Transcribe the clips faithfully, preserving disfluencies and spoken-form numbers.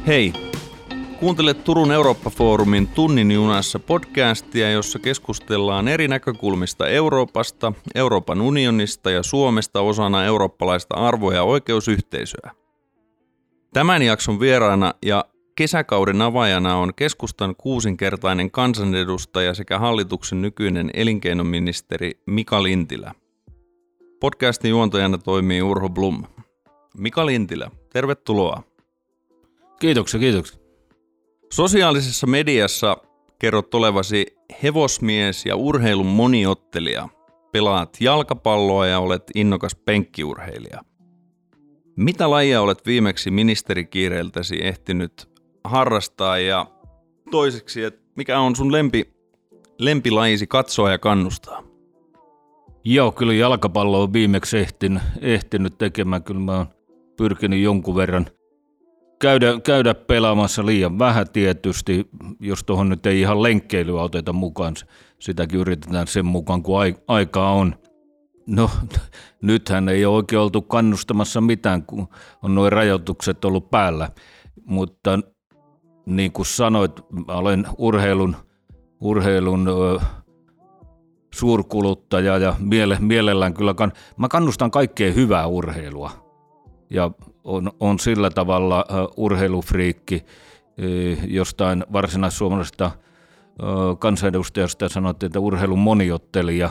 Hei! Kuuntelet Turun Eurooppa-foorumin Tunnin junassa podcastia, jossa keskustellaan eri näkökulmista Euroopasta, Euroopan unionista ja Suomesta osana eurooppalaista arvo- ja oikeusyhteisöä. Tämän jakson vieraana ja kesäkauden avaajana on keskustan kuusinkertainen kansanedustaja sekä hallituksen nykyinen elinkeinoministeri Mika Lintilä. Podcastin juontajana toimii Urho Blom. Mika Lintilä, tervetuloa. Kiitoksia, kiitoksia. Sosiaalisessa mediassa kerrot olevasi hevosmies ja urheilun moniottelija. Pelaat jalkapalloa ja olet innokas penkkiurheilija. Mitä lajia olet viimeksi ministerikiireiltäsi ehtinyt harrastaa ja toiseksi, että mikä on sun lempi, lempilajisi katsoa ja kannustaa? Joo, kyllä jalkapallo on viimeksi ehtinyt, ehtinyt tekemään. Kyllä mä oon pyrkinyt jonkun verran käydä, käydä pelaamassa, liian vähän tietysti, jos tuohon nyt ei ihan lenkkeilyä oteta mukaan. Sitäkin yritetään sen mukaan, kun aikaa on. No, nythän ei ole oikein oltu kannustamassa mitään, kun on nuo rajoitukset ollut päällä. Mutta niin kuin sanoit, mä olen urheilun, urheilun ö, suurkuluttaja ja miele, mielellään kyllä kann, mä kannustan kaikkea hyvää urheilua. Ja on, on sillä tavalla ö, urheilufriikki, ö, jostain varsinais-suomalaisesta ö, kansanedustajasta sanottiin, että urheilun moniottelija,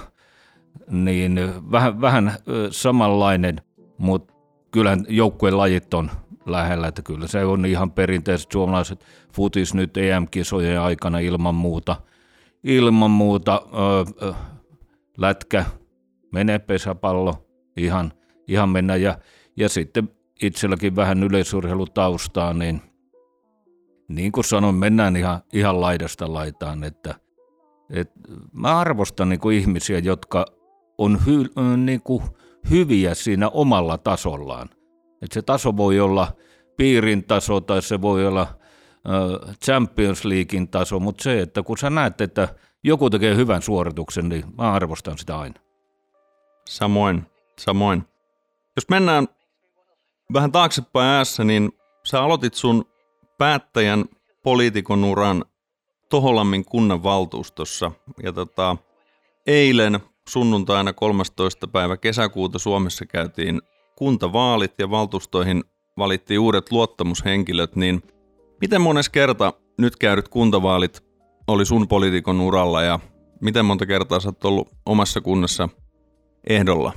niin vähän, vähän ö, samanlainen, mutta kyllähän joukkueen lajit on lähellä, että kyllä se on ihan perinteiset suomalaiset futis nyt E M-kisojen aikana ilman muuta. Ilman muuta ö, ö, lätkä, menee pesäpallo, ihan, ihan mennä ja, ja sitten itselläkin vähän yleisurheilutaustaa, niin niin kuin sanoin, mennään ihan, ihan laidasta laitaan, että, että mä arvostan niin kuin ihmisiä, jotka on hy, niin kuin hyviä siinä omalla tasollaan. Että se taso voi olla piirin taso tai se voi olla äh, Champions Leaguein taso, mutta se, että kun sä näet, että joku tekee hyvän suorituksen, niin mä arvostan sitä aina. Samoin, samoin. Jos mennään vähän taaksepäin ajassa, niin sä aloitit sun päättäjän poliitikon uran Toholammin kunnanvaltuustossa. Ja tota, eilen sunnuntaina kolmastoista päivä kesäkuuta Suomessa käytiin kuntavaalit ja valtuustoihin valittiin uudet luottamushenkilöt, niin miten mones kerta nyt käydyt kuntavaalit oli sun poliitikon uralla ja miten monta kertaa sä oot ollut omassa kunnassa ehdolla?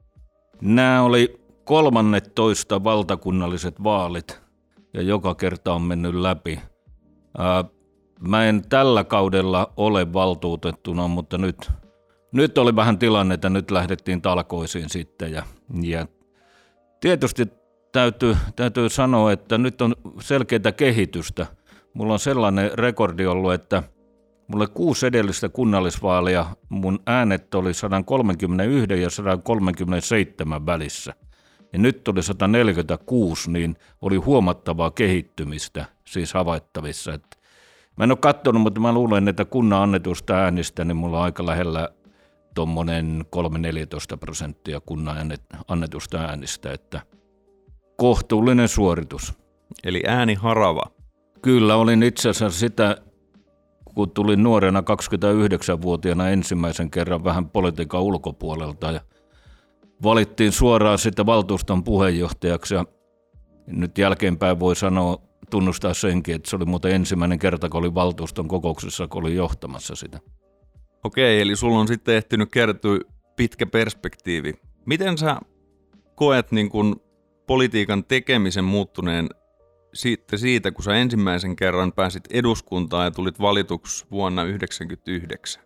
Nämä oli kolmannetoista valtakunnalliset vaalit ja joka kerta on mennyt läpi. Ää, mä en tällä kaudella ole valtuutettuna, mutta nyt, nyt oli vähän tilanne, että nyt lähdettiin talkoisiin sitten ja, ja tietysti täytyy, täytyy sanoa, että nyt on selkeää kehitystä. Mulla on sellainen rekordi ollut, että mulle kuusi edellistä kunnallisvaalia, mun äänet oli sata kolmekymmentäyksi ja sata kolmekymmentäseitsemän välissä. Ja nyt tuli sata neljäkymmentäkuusi, niin oli huomattavaa kehittymistä siis havaittavissa. Et mä en ole katsonut, mutta mä luulen, että kunnan annetusta äänistä, niin mulla on aika lähellä tuommoinen kolme neljätoista prosenttia kunnan annetusta äänistä, että kohtuullinen suoritus. Eli ääni harava. Kyllä, olin itse asiassa sitä, kun tulin nuorena kaksikymmentäyhdeksänvuotiaana ensimmäisen kerran vähän politiikan ulkopuolelta ja valittiin suoraan sitten valtuuston puheenjohtajaksi ja nyt jälkeenpäin voi sanoa, tunnustaa senkin, että se oli muuten ensimmäinen kerta, kun oli valtuuston kokouksessa, kun oli johtamassa sitä. Okei, eli sulla on sitten ehtinyt kertyä pitkä perspektiivi. Miten sä koet niin kun politiikan tekemisen muuttuneen siitä, siitä, kun sä ensimmäisen kerran pääsit eduskuntaan ja tulit valituksi vuonna yhdeksänkymmentäyhdeksän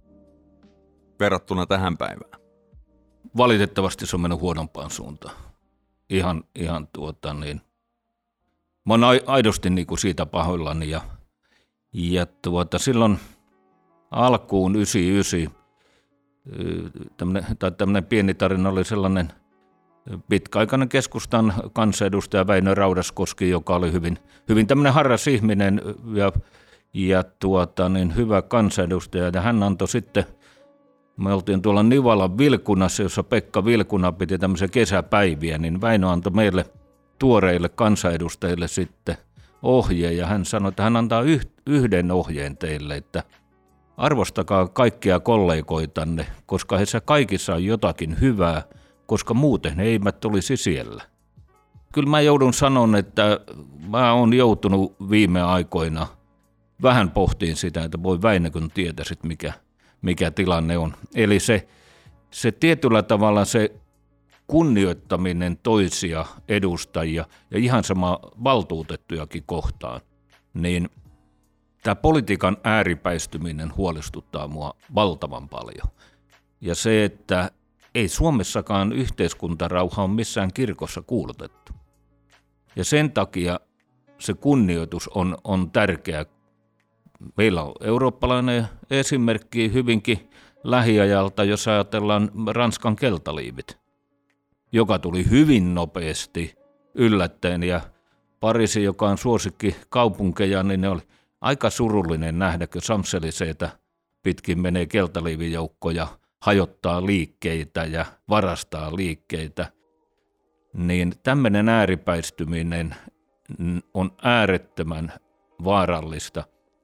verrattuna tähän päivään? Valitettavasti se on mennyt huonompaan suuntaan. Ihan, ihan tuota niin. Mä oon aidosti niin kuin siitä pahoillani ja, ja tuota, silloin alkuun yhdeksänkymmentäyhdeksän tämmönen, tai tämmöinen pieni tarina oli sellainen pitkäaikainen keskustan kansanedustaja Väinö Raudaskoski, joka oli hyvin, hyvin tämmöinen harras ihminen ja, ja tuota, niin hyvä kansanedustaja. Ja hän antoi sitten, me oltiin tuolla Nivalan Vilkunassa, jossa Pekka Vilkuna piti tämmöisiä kesäpäiviä, niin Väinö antoi meille tuoreille kansanedustajille sitten ohjeen ja hän sanoi, että hän antaa yhden ohjeen teille, että arvostakaa kaikkia kollegoitanne, koska heissä kaikissa on jotakin hyvää, koska muuten he eivät olisi siellä. Kyllä mä joudun sanomaan, että mä oon joutunut viime aikoina vähän pohtiin sitä, että voi Väinö, kun tietäisit, mikä, mikä tilanne on. Eli se, se tietyllä tavalla se kunnioittaminen toisia edustajia ja ihan sama valtuutettujakin kohtaan, niin tämä politiikan ääripäistyminen huolestuttaa mua valtavan paljon. Ja se, että ei Suomessakaan yhteiskuntarauha ole missään kirkossa kuulutettu. Ja sen takia se kunnioitus on, on tärkeä. Meillä on eurooppalainen esimerkki hyvinkin lähiajalta, jos ajatellaan Ranskan keltaliivit, joka tuli hyvin nopeasti yllättäen. Ja Pariisi, joka on suosikki kaupunkeja, niin ne oli aika surullinen nähdä, kun Champs-Élyséetä pitkin menee keltaliivijoukkoja, hajottaa liikkeitä ja varastaa liikkeitä. Niin tämmöinen ääripäistyminen on äärettömän vaarallista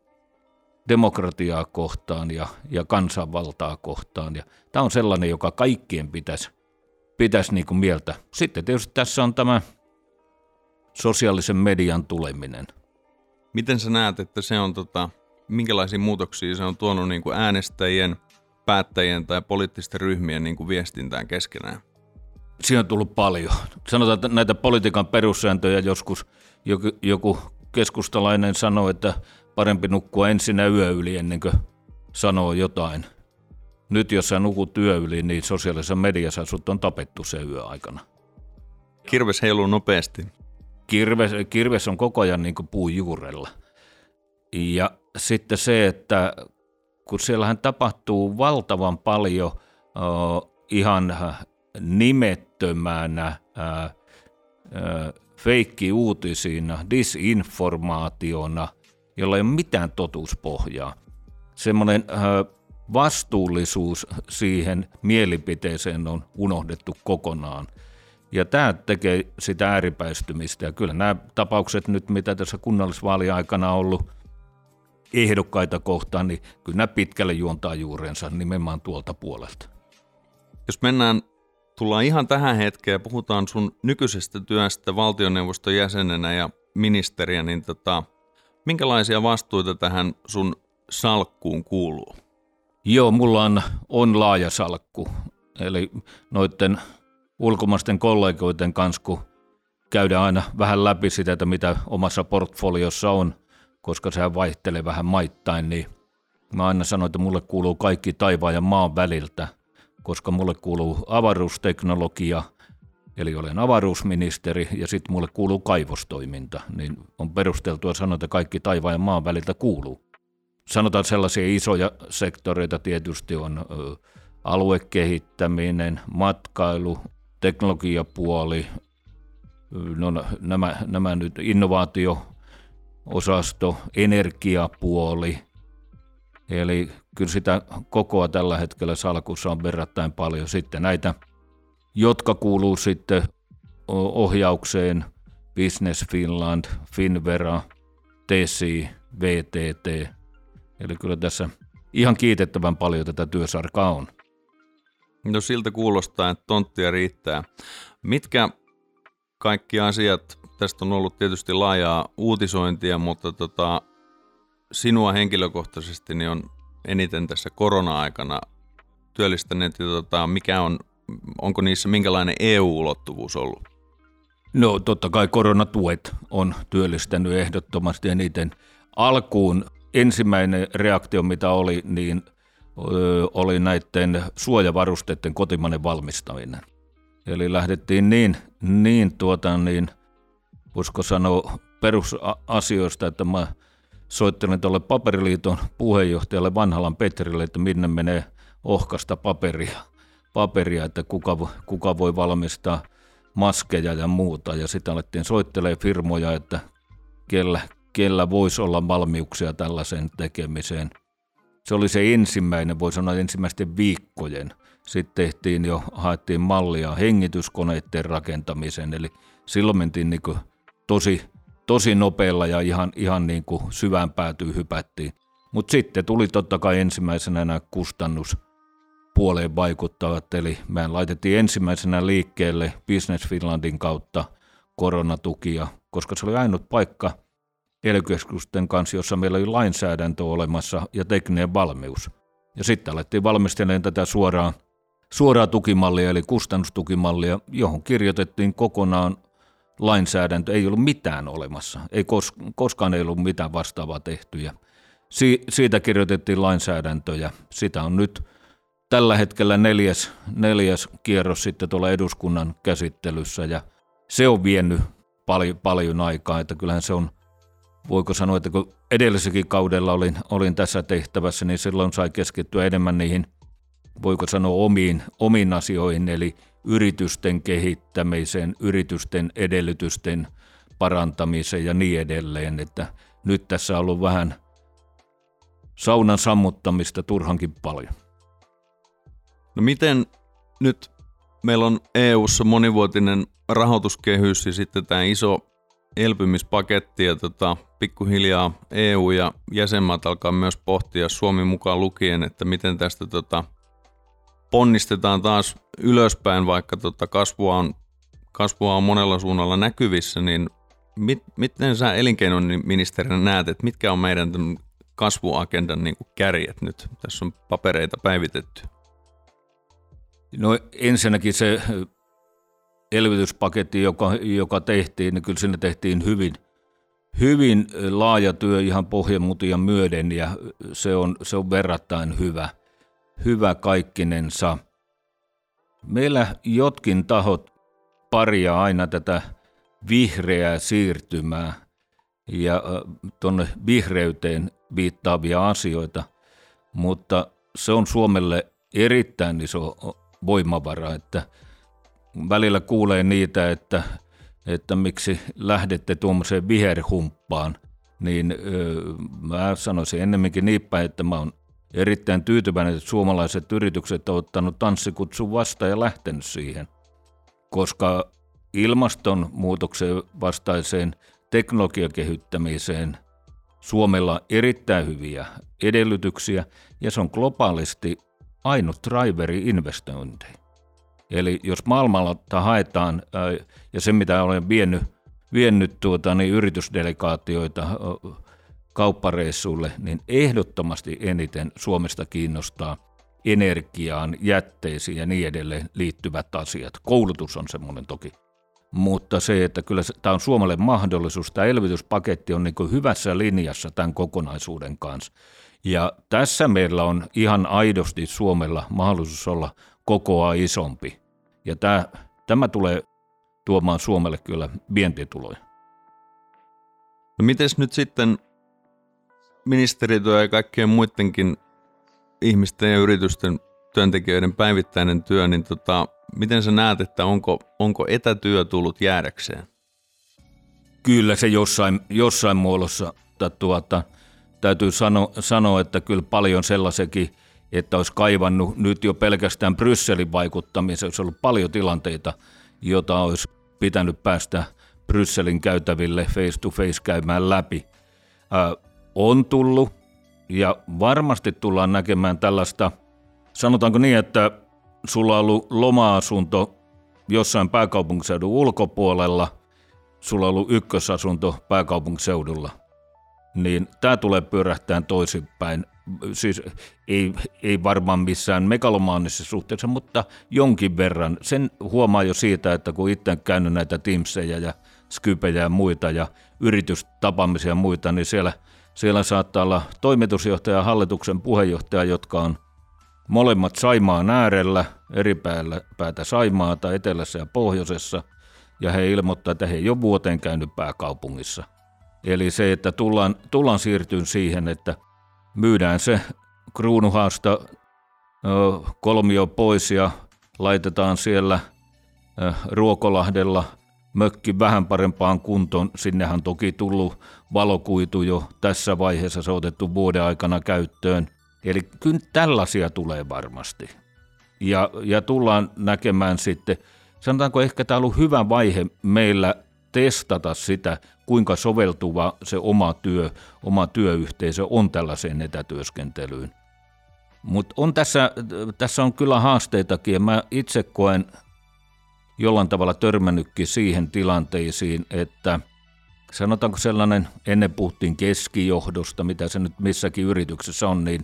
demokratiaa kohtaan ja, ja kansanvaltaa kohtaan. Ja tämä on sellainen, joka kaikkien pitäisi, pitäisi niin kuin mieltä. Sitten tietysti tässä on tämä sosiaalisen median tuleminen. Miten sä näet, että se on, tota, minkälaisia muutoksia se on tuonut niin kuin äänestäjien, päättäjien tai poliittisten ryhmien niin kuin viestintään keskenään? Siinä on tullut paljon. Sanotaan, että näitä politiikan perussääntöjä joskus joku, joku keskustalainen sanoo, että parempi nukkua ensin yö yli ennen kuin sanoo jotain. Nyt jos sä nukut yö yli, niin sosiaalisessa mediassa sut on tapettu se yö aikana. Kirves heiluu nopeasti. Kirves, kirves on koko ajan niin kuin puun juurella. Ja sitten se, että kun siellähän tapahtuu valtavan paljon uh, ihan nimettömänä uh, uh, feikki-uutisina, disinformaationa, jolla ei ole mitään totuuspohjaa. Semmoinen uh, vastuullisuus siihen mielipiteeseen on unohdettu kokonaan. Ja tämä tekee sitä ääripäistymistä. Ja kyllä nämä tapaukset nyt, mitä tässä kunnallisvaaliaikana on ollut ehdokkaita kohtaan, niin kyllä nämä pitkälle juontaa juurensa nimenomaan tuolta puolelta. Jos mennään, tullaan ihan tähän hetkeen ja puhutaan sun nykyisestä työstä valtioneuvoston jäsenenä ja ministeriä, niin tota, minkälaisia vastuita tähän sun salkkuun kuuluu? Joo, mulla on, on laaja salkku. Eli noiden ulkomaisten kollegoiden kanssa, kun käydään aina vähän läpi sitä, että mitä omassa portfoliossa on, koska sehän vaihtelee vähän maittain, niin mä aina sanon, että mulle kuuluu kaikki taivaan ja maan väliltä, koska mulle kuuluu avaruusteknologia, eli olen avaruusministeri, ja sitten mulle kuuluu kaivostoiminta, niin on perusteltua sanoa, että kaikki taivaan ja maan väliltä kuuluu. Sanotaan sellaisia isoja sektoreita tietysti on ö, aluekehittäminen, matkailu, teknologiapuoli, no, nämä, nämä nyt innovaatio-osasto, energiapuoli, eli kyllä sitä kokoa tällä hetkellä salkussa on verrattain paljon. Sitten näitä, jotka kuuluu sitten ohjaukseen, Business Finland, Finvera, Tesi, V T T, eli kyllä tässä ihan kiitettävän paljon tätä työsarkaa on. No siltä kuulostaa, että tonttia riittää. Mitkä kaikki asiat, tästä on ollut tietysti laajaa uutisointia, mutta tota, sinua henkilökohtaisesti niin on eniten tässä korona-aikana työllistäneet, ja tota, mikä on, onko niissä minkälainen E U-ulottuvuus ollut? No totta kai koronatuet on työllistänyt ehdottomasti eniten. Alkuun ensimmäinen reaktio, mitä oli, niin oli näiden suojavarusteiden kotimainen valmistaminen. Eli lähdettiin niin, niin, tuota, niin voisiko sanoa perusasioista, että mä soittelin tuolle Paperiliiton puheenjohtajalle Vanhalan Petrille, että minne menee ohkasta paperia, paperia että kuka, kuka voi valmistaa maskeja ja muuta. Ja sitten alettiin soittelemaan firmoja, että kellä, kellä voisi olla valmiuksia tällaiseen tekemiseen. Se oli se ensimmäinen, voi sanoa ensimmäisten viikkojen. Sitten tehtiin jo, haettiin mallia hengityskoneiden rakentamiseen, eli silloin mentiin niin kuin tosi, tosi nopealla ja ihan, ihan niin kuin syvään päätyyn hypättiin. Mutta sitten tuli totta kai ensimmäisenä nämä kustannuspuoleen vaikuttavat, eli me laitettiin ensimmäisenä liikkeelle Business Finlandin kautta koronatukia, koska se oli ainut paikka E L Y-keskusten kanssa, jossa meillä oli lainsäädäntö olemassa ja tekninen valmius. Ja sitten alettiin valmistelemaan tätä suoraa, suoraa tukimallia, eli kustannustukimallia, johon kirjoitettiin kokonaan lainsäädäntö. Ei ollut mitään olemassa, ei kos, koskaan ei ollut mitään vastaavaa tehtyä. Si, siitä kirjoitettiin lainsäädäntö ja sitä on nyt tällä hetkellä neljäs, neljäs kierros sitten tuolla eduskunnan käsittelyssä ja se on vienyt paljon, paljon aikaa, että kyllähän se on, voiko sanoa, että kun edellisenkin kaudella olin, olin tässä tehtävässä, niin silloin sai keskittyä enemmän niihin, voiko sanoa omiin, omiin asioihin, eli yritysten kehittämiseen, yritysten edellytysten parantamiseen ja niin edelleen, että nyt tässä on ollut vähän saunan sammuttamista turhankin paljon. No miten nyt meillä on E U:ssa monivuotinen rahoituskehys ja sitten tämä iso elpymispaketti ja tota, pikkuhiljaa E U ja jäsenmaat alkaa myös pohtia Suomi mukaan lukien, että miten tästä tota, ponnistetaan taas ylöspäin, vaikka tota, kasvua, on, kasvua on monella suunnalla näkyvissä, niin mit, miten sä elinkeinoministerinä näet, että mitkä on meidän kasvuagendan niin kuin kärjet nyt? Tässä on papereita päivitetty. No ensinnäkin se elvytyspaketti, joka, joka tehtiin, niin kyllä sinne tehtiin hyvin, hyvin laaja työ ihan pohjamutia myöden ja se on, se on verrattain hyvä, hyvä kaikkinensa. Meillä jotkin tahot paria aina tätä vihreää siirtymää ja tuonne vihreyteen viittaavia asioita, mutta se on Suomelle erittäin iso voimavara, että välillä kuulee niitä, että, että miksi lähdette tuommoiseen viherhumppaan, niin öö, mä sanoisin ennemminkin niin päin, että mä oon erittäin tyytyväinen, että suomalaiset yritykset ovat ottanut tanssikutsun vastaan ja lähtenyt siihen, koska ilmastonmuutoksen vastaiseen teknologiakehittämiseen Suomella on erittäin hyviä edellytyksiä ja se on globaalisti ainut driveri investointeihin. Eli jos maailmalla haetaan, ja se mitä olen vienyt, vienyt tuota, niin yritysdelegaatioita kauppareissuille, niin ehdottomasti eniten Suomesta kiinnostaa energiaan, jätteisiin ja niin edelleen liittyvät asiat. Koulutus on semmoinen toki. Mutta se, että kyllä tämä on Suomelle mahdollisuus, tämä elvytyspaketti on niin kuin hyvässä linjassa tämän kokonaisuuden kanssa. Ja tässä meillä on ihan aidosti Suomella mahdollisuus olla kokoa isompi. Ja tämä, tämä tulee tuomaan Suomelle kyllä vientituloja. No mites nyt sitten ministerityö ja kaikkien muidenkin ihmisten ja yritysten työntekijöiden päivittäinen työ, niin tota, miten sä näet, että onko, onko etätyö tullut jäädäkseen? Kyllä se jossain, jossain muodossa tuota, täytyy sano, sanoa, että kyllä paljon sellaisekin, että olisi kaivannut nyt jo pelkästään Brysselin vaikuttamiseen, olisi ollut paljon tilanteita, joita olisi pitänyt päästä Brysselin käytäville face to face käymään läpi. Ää, on tullut ja varmasti tullaan näkemään tällaista, sanotaanko niin, että sulla on ollut loma-asunto jossain pääkaupunkiseudun ulkopuolella, sulla on ollut ykkösasunto pääkaupunkiseudulla, niin tämä tulee pyörähtään toisinpäin. Siis ei, ei varmaan missään megalomaanisessa suhteessa, mutta jonkin verran. Sen huomaa jo siitä, että kun itse on käynyt näitä Teamseja ja Skypejä ja muita ja yritystapaamisia ja muita, niin siellä, siellä saattaa olla toimitusjohtaja ja hallituksen puheenjohtaja, jotka on molemmat Saimaan äärellä, eri päällä, päätä Saimaata, etelässä ja pohjoisessa, ja he ilmoittaa, että he ei ole vuoteen käynyt pääkaupungissa. Eli se, että tullaan, tullaan siirtyyn siihen, että myydään se Kruunuhaasta kolmio pois ja laitetaan siellä Ruokolahdella mökki vähän parempaan kuntoon. Sinnehän on toki tullut valokuitu jo tässä vaiheessa, se on otettu vuoden aikana käyttöön. Eli kyllä tällaisia tulee varmasti. Ja, ja tullaan näkemään sitten, sanotaanko ehkä tämä on ollut hyvä vaihe meillä testata sitä, kuinka soveltuva se oma työ, oma työyhteisö on tällaiseen etätyöskentelyyn. Mutta on tässä, tässä on kyllä haasteitakin, ja mä itse koen jollain tavalla törmännytkin siihen tilanteisiin, että sanotaanko sellainen, ennen puhuttiin keskijohdosta, mitä se nyt missäkin yrityksessä on, niin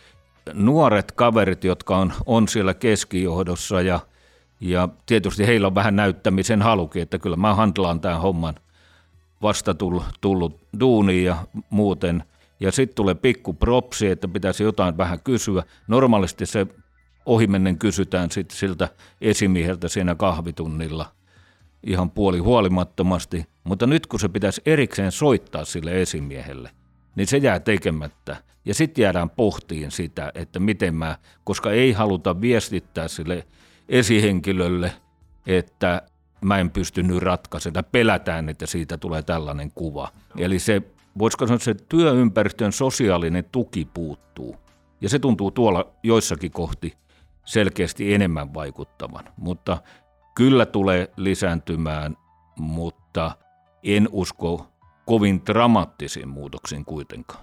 nuoret kaverit, jotka on, on siellä keskijohdossa, ja, ja tietysti heillä on vähän näyttämisen halukin, että kyllä mä handlaan tämän homman vasta tullut, tullut duuniin ja muuten, ja sitten tulee pikku propsi, että pitäisi jotain vähän kysyä. Normaalisti se ohimennen kysytään sitten siltä esimieheltä siinä kahvitunnilla ihan puoli huolimattomasti, mutta nyt kun se pitäisi erikseen soittaa sille esimiehelle, niin se jää tekemättä. Ja sitten jäädään pohtiin sitä, että miten mä, koska ei haluta viestittää sille esihenkilölle, että mä en pysty nyt ratkaisemaan, pelätään, että siitä tulee tällainen kuva. Eli se, voisiko sanoa, se työympäristön sosiaalinen tuki puuttuu. Ja se tuntuu tuolla joissakin kohti selkeästi enemmän vaikuttavan. Mutta kyllä tulee lisääntymään, mutta en usko kovin dramaattisiin muutoksiin kuitenkaan.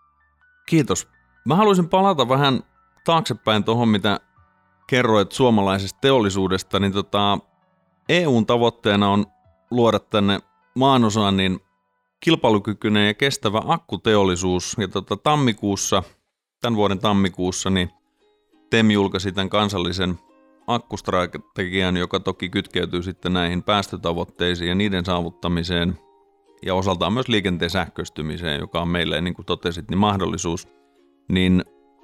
Kiitos. Mä haluaisin palata vähän taaksepäin tuohon, mitä kerroit suomalaisesta teollisuudesta. Niin tota, E U:n tavoitteena on luoda tänne maanosaan niin kilpailukykyinen ja kestävä akkuteollisuus. Ja tota, tammikuussa, tämän vuoden tammikuussa, niin T E M julkaisi tämän kansallisen akkustrategian, joka toki kytkeytyy sitten näihin päästötavoitteisiin ja niiden saavuttamiseen ja osaltaan myös liikenteen sähköistymiseen, joka on meille, niin kuin totesit, niin mahdollisuus. Niin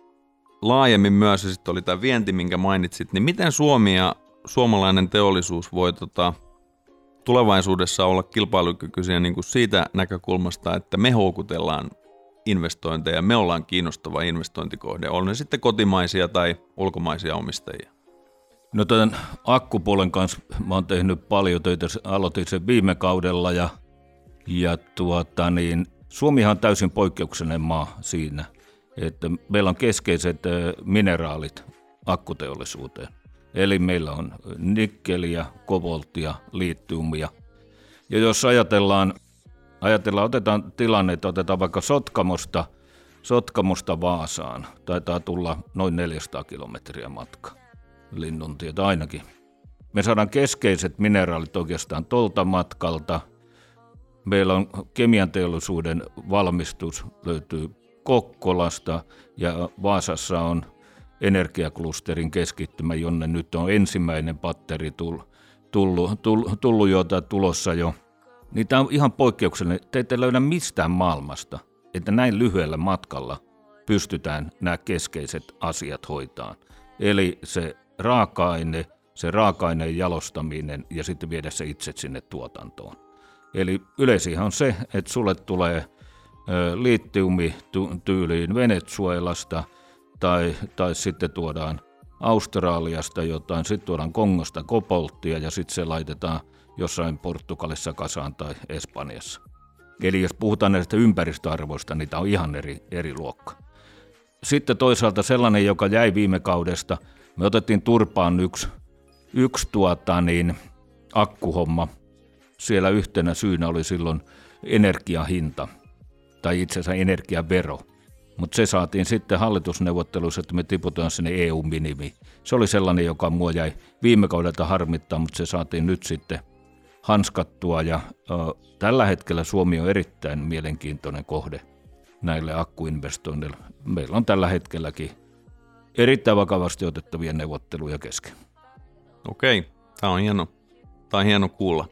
laajemmin myös, ja sitten oli tämä vienti, minkä mainitsit, niin miten Suomi ja suomalainen teollisuus voi tota, tulevaisuudessa olla kilpailukykyisiä niin kuin siitä näkökulmasta, että me houkutellaan investointeja, me ollaan kiinnostava investointikohde, on ne sitten kotimaisia tai ulkomaisia omistajia? No tämän akkupuolen kanssa mä oon tehnyt paljon töitä, aloitin sen viime kaudella ja, ja tuota niin, Suomihan on täysin poikkeuksellinen maa siinä, että meillä on keskeiset mineraalit akkuteollisuuteen. Eli meillä on nikkeliä, kobolttia, litiumia. Ja jos ajatellaan, ajatellaan, otetaan tilanne, että otetaan vaikka Sotkamosta, Sotkamosta Vaasaan, taitaa tulla noin neljäsataa kilometriä matkaa, linnuntietä ainakin. Me saadaan keskeiset mineraalit oikeastaan tuolta matkalta. Meillä on kemian teollisuuden valmistus, löytyy Kokkolasta ja Vaasassa on energiaklusterin keskittymä, jonne nyt on ensimmäinen patteri tullut, tullut, tullut, tullut jota tulossa jo. Niin tämä on ihan poikkeuksellinen. Te ette löydä mistään maailmasta, että näin lyhyellä matkalla pystytään nämä keskeiset asiat hoitamaan. Eli se raaka-aine, se raaka-aineen jalostaminen ja sitten viedä se itse sinne tuotantoon. Eli yleisihän on se, että sulle tulee litiumi tyyliin Venezuelasta tai, tai sitten tuodaan Australiasta jotain, sitten tuodaan Kongosta kobolttia ja sitten se laitetaan jossain Portugalissa kasaan tai Espanjassa. Eli jos puhutaan näistä ympäristöarvoista, niin tämä on ihan eri, eri luokka. Sitten toisaalta sellainen, joka jäi viime kaudesta, me otettiin turpaan yksi, yksi tuota niin, akkuhomma. Siellä yhtenä syynä oli silloin energiahinta, tai itse asiassa energiavero. Mutta se saatiin sitten hallitusneuvotteluissa, että me tiputaan sinne E U-minimiin. Se oli sellainen, joka mua jäi viime kaudelta harmittaa, mutta se saatiin nyt sitten hanskattua. Ja ö, tällä hetkellä Suomi on erittäin mielenkiintoinen kohde näille akkuinvestoinneille. Meillä on tällä hetkelläkin erittäin vakavasti otettavia neuvotteluja kesken. Okei, tämä on hieno, tämä on hieno kuulla.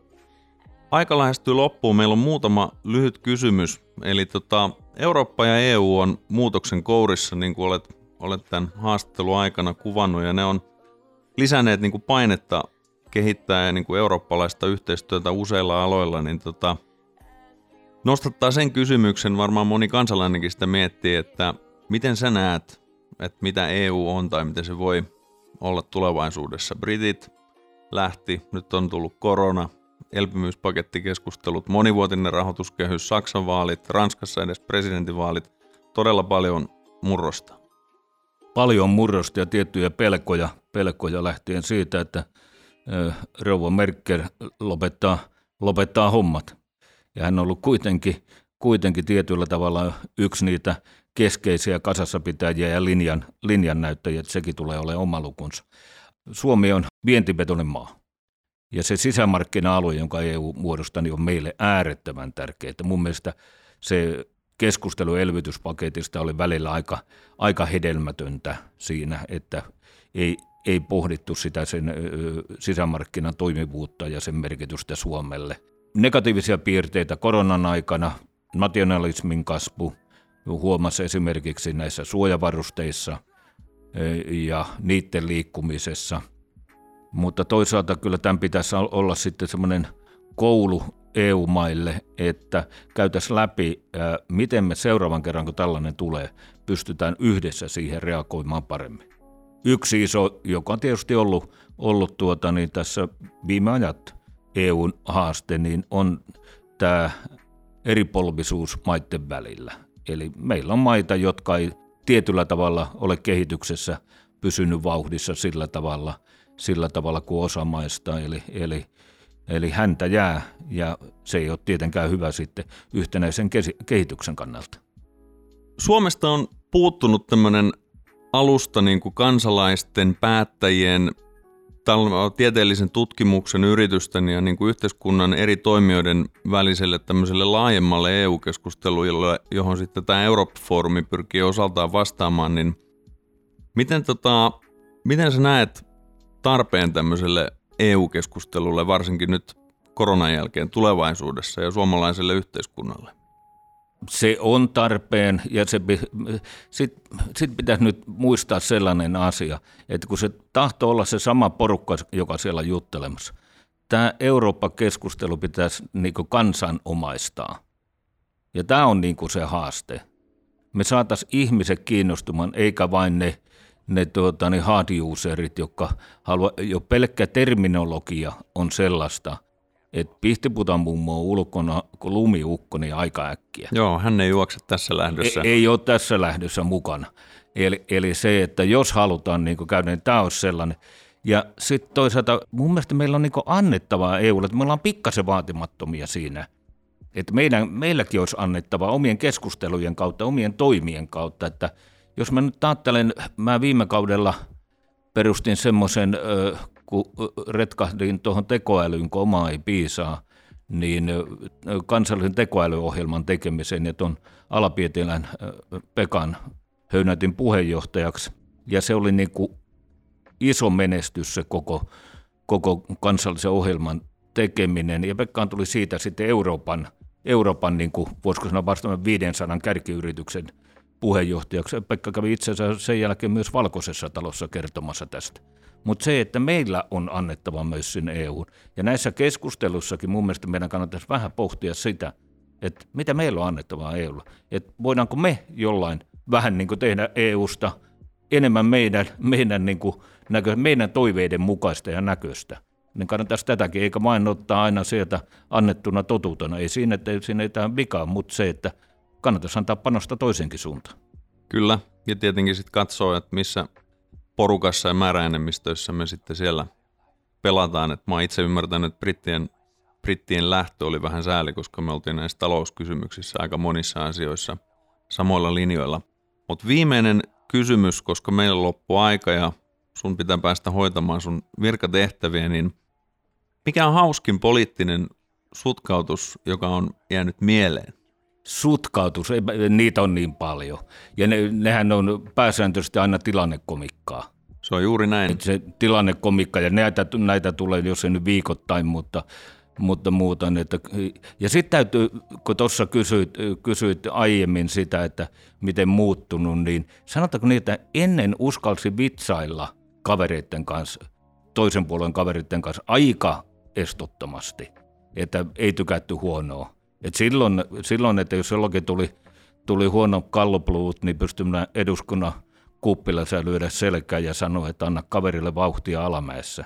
Aika lähestyy loppuun. Meillä on muutama lyhyt kysymys. Eli tota, Eurooppa ja E U on muutoksen kourissa, niin kuin olet, olet tämän haastattelun aikana kuvannut, ja ne on lisänneet niin kuin painetta kehittää niin kuin eurooppalaista yhteistyötä useilla aloilla. Niin tota, nostattaa sen kysymyksen, varmaan moni kansalainenkin sitä miettii, että miten sä näet, että mitä E U on tai miten se voi olla tulevaisuudessa. Britit lähti, nyt on tullut korona, elpymyspakettikeskustelut, monivuotinen rahoituskehys, Saksan vaalit, Ranskassa edes presidentinvaalit, todella paljon murrosta. Paljon murrosta ja tiettyjä pelkoja, pelkoja lähtien siitä, että rouva Merkel lopettaa lopettaa hommat. Ja hän on ollut kuitenkin, kuitenkin tietyllä tavalla yksi niitä keskeisiä kasassapitäjiä ja linjan, linjan näyttäjiä, että sekin tulee olemaan oma lukunsa. Suomi on vientivetoinen maa. Ja se sisämarkkina-alue, jonka E U muodostaa, niin on meille äärettömän tärkeä. Että mun mielestä se keskustelu elvytyspaketista oli välillä aika, aika hedelmätöntä siinä, että ei, ei pohdittu sitä sen sisämarkkinan toimivuutta ja sen merkitystä Suomelle. Negatiivisia piirteitä koronan aikana, nationalismin kasvu, huomasi esimerkiksi näissä suojavarusteissa ja niiden liikkumisessa. Mutta toisaalta kyllä tämän pitäisi olla sitten semmoinen koulu E U-maille, että käytäisiin läpi, miten me seuraavan kerran, kun tällainen tulee, pystytään yhdessä siihen reagoimaan paremmin. Yksi iso, joka on tietysti ollut, ollut tuota, niin tässä viime ajat E U:n haaste, niin on tämä eripolvisuus maiden välillä. Eli meillä on maita, jotka ei tietyllä tavalla ole kehityksessä pysynyt vauhdissa sillä tavalla, sillä tavalla kuin osa maista, eli, eli, eli häntä jää, ja se ei ole tietenkään hyvä sitten yhtenäisen kehityksen kannalta. Suomesta on puuttunut tämmöinen alusta niin kuin kansalaisten, päättäjien, tieteellisen tutkimuksen, yritysten ja niin kuin yhteiskunnan eri toimijoiden väliselle tämmöiselle laajemmalle E U-keskustelulle, johon sitten tämä Eurooppa-foorumi pyrkii osaltaan vastaamaan, niin miten, tota, miten sä näet tarpeen tämmöiselle E U-keskustelulle, varsinkin nyt koronan jälkeen tulevaisuudessa ja suomalaiselle yhteiskunnalle? Se on tarpeen, ja sitten sit pitäisi nyt muistaa sellainen asia, että kun se tahtoo olla se sama porukka, joka siellä on juttelemassa, tämä Eurooppa-keskustelu pitäisi niinku kansanomaistaa. Ja tämä on niinku se haaste. Me saataisiin ihmiset kiinnostumaan, eikä vain ne, ne tuota, niin hard userit, jotka haluaa, jo pelkkä terminologia on sellaista, että pihtiputan mummo on ulkona kuin lumiukko, niin aika äkkiä. Joo, hän ei juokse tässä lähdössä. Ei, ei ole tässä lähdössä mukana. Eli, eli se, että jos halutaan niin käydä, niin tämä olisi sellainen. Ja sitten toisaalta mun mielestä meillä on niin annettavaa E U:lle, että me ollaan pikkasen vaatimattomia siinä. Että meidän, meilläkin olisi annettavaa omien keskustelujen kautta, omien toimien kautta. Että jos mä nyt ajattelen, mä viime kaudella perustin semmoisen, kun retkahdin tuohon tekoälyyn, kun omaa ei piisaa, niin kansallisen tekoälyohjelman tekemiseen ja tuon Ala-Pietilän Pekan höynätin puheenjohtajaksi. Ja se oli niin kuin iso menestys se koko, koko kansallisen ohjelman tekeminen. Ja Pekkaan tuli siitä sitten Euroopan, Euroopan niin kuin, voisiko sanoa vastaamaan viisisataa kärkiyrityksen puheenjohtajaksi. Pekka kävi itse asiassa sen jälkeen myös Valkoisessa talossa kertomassa tästä. Mutta se, että meillä on annettava myös sinne E U:n. Ja näissä keskustelussakin mun mielestä meidän kannattaisi vähän pohtia sitä, että mitä meillä on annettavaa E U:lla. Että voidaanko me jollain vähän niin kuin tehdä E U:sta enemmän meidän, meidän, niin kuin näkö, meidän toiveiden mukaista ja näköistä. Niin kannattaisi tätäkin, eikä vain ottaa aina sieltä annettuna totuutena. Ei siinä, että siinä ei tähän vikaa, mutta se, että kannattaisi antaa panosta toisenkin suuntaan. Kyllä, ja tietenkin sitten katsoo, että missä porukassa ja määräenemmistöissä me sitten siellä pelataan. Et mä oon itse ymmärtänyt, että brittien, brittien lähtö oli vähän sääli, koska me oltiin näissä talouskysymyksissä aika monissa asioissa samoilla linjoilla. Mutta viimeinen kysymys, koska meillä loppuu aika ja sun pitää päästä hoitamaan sun virkatehtäviä, niin mikä on hauskin poliittinen sutkautus, joka on jäänyt mieleen? Sutkautus, niitä on niin paljon. Ja ne, nehän on pääsääntöisesti aina tilannekomikkaa. Se on juuri näin. Et se tilannekomikka, ja näitä, näitä tulee, jos ei nyt viikoittain, mutta, mutta muuta. Että, ja sitten täytyy, kun tuossa kysyit, kysyit aiemmin sitä, että miten muuttunut, niin sanotaanko niin, että ennen uskalsi vitsailla kavereiden kanssa, toisen puolen kavereiden kanssa aika estottomasti, että ei tykätty huonoa. Et silloin, silloin, että jos jollakin tuli, tuli huono kallopluut, niin pystymään eduskunnan kuppilassa lyödä selkään ja sanoa, että anna kaverille vauhtia alamäessä.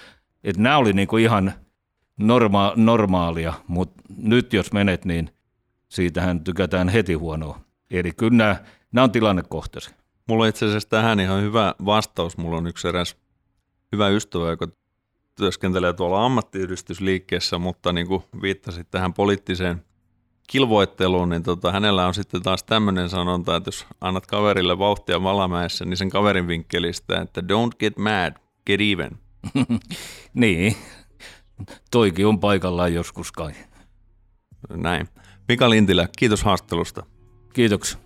Et nämä oli niinku ihan norma- normaalia, mutta nyt jos menet, niin siitähän tykätään heti huonoa. Eli kyllä nämä, nämä on tilannekohtaisia. Mulla on itse asiassa tähän ihan hyvä vastaus. Mulla on yksi eräs hyvä ystävä, joka työskentelee tuolla ammattiyhdistysliikkeessä, mutta niin kuin viittasit tähän poliittiseen kilvoitteluun, niin tota, hänellä on sitten taas tämmöinen sanonta, että jos annat kaverille vauhtia Valamäessä, niin sen kaverin vinkkelistä, että don't get mad, get even. Niin, toikin on paikallaan joskus kai. Näin. Mika Lintilä, kiitos haastattelusta. Kiitoksia.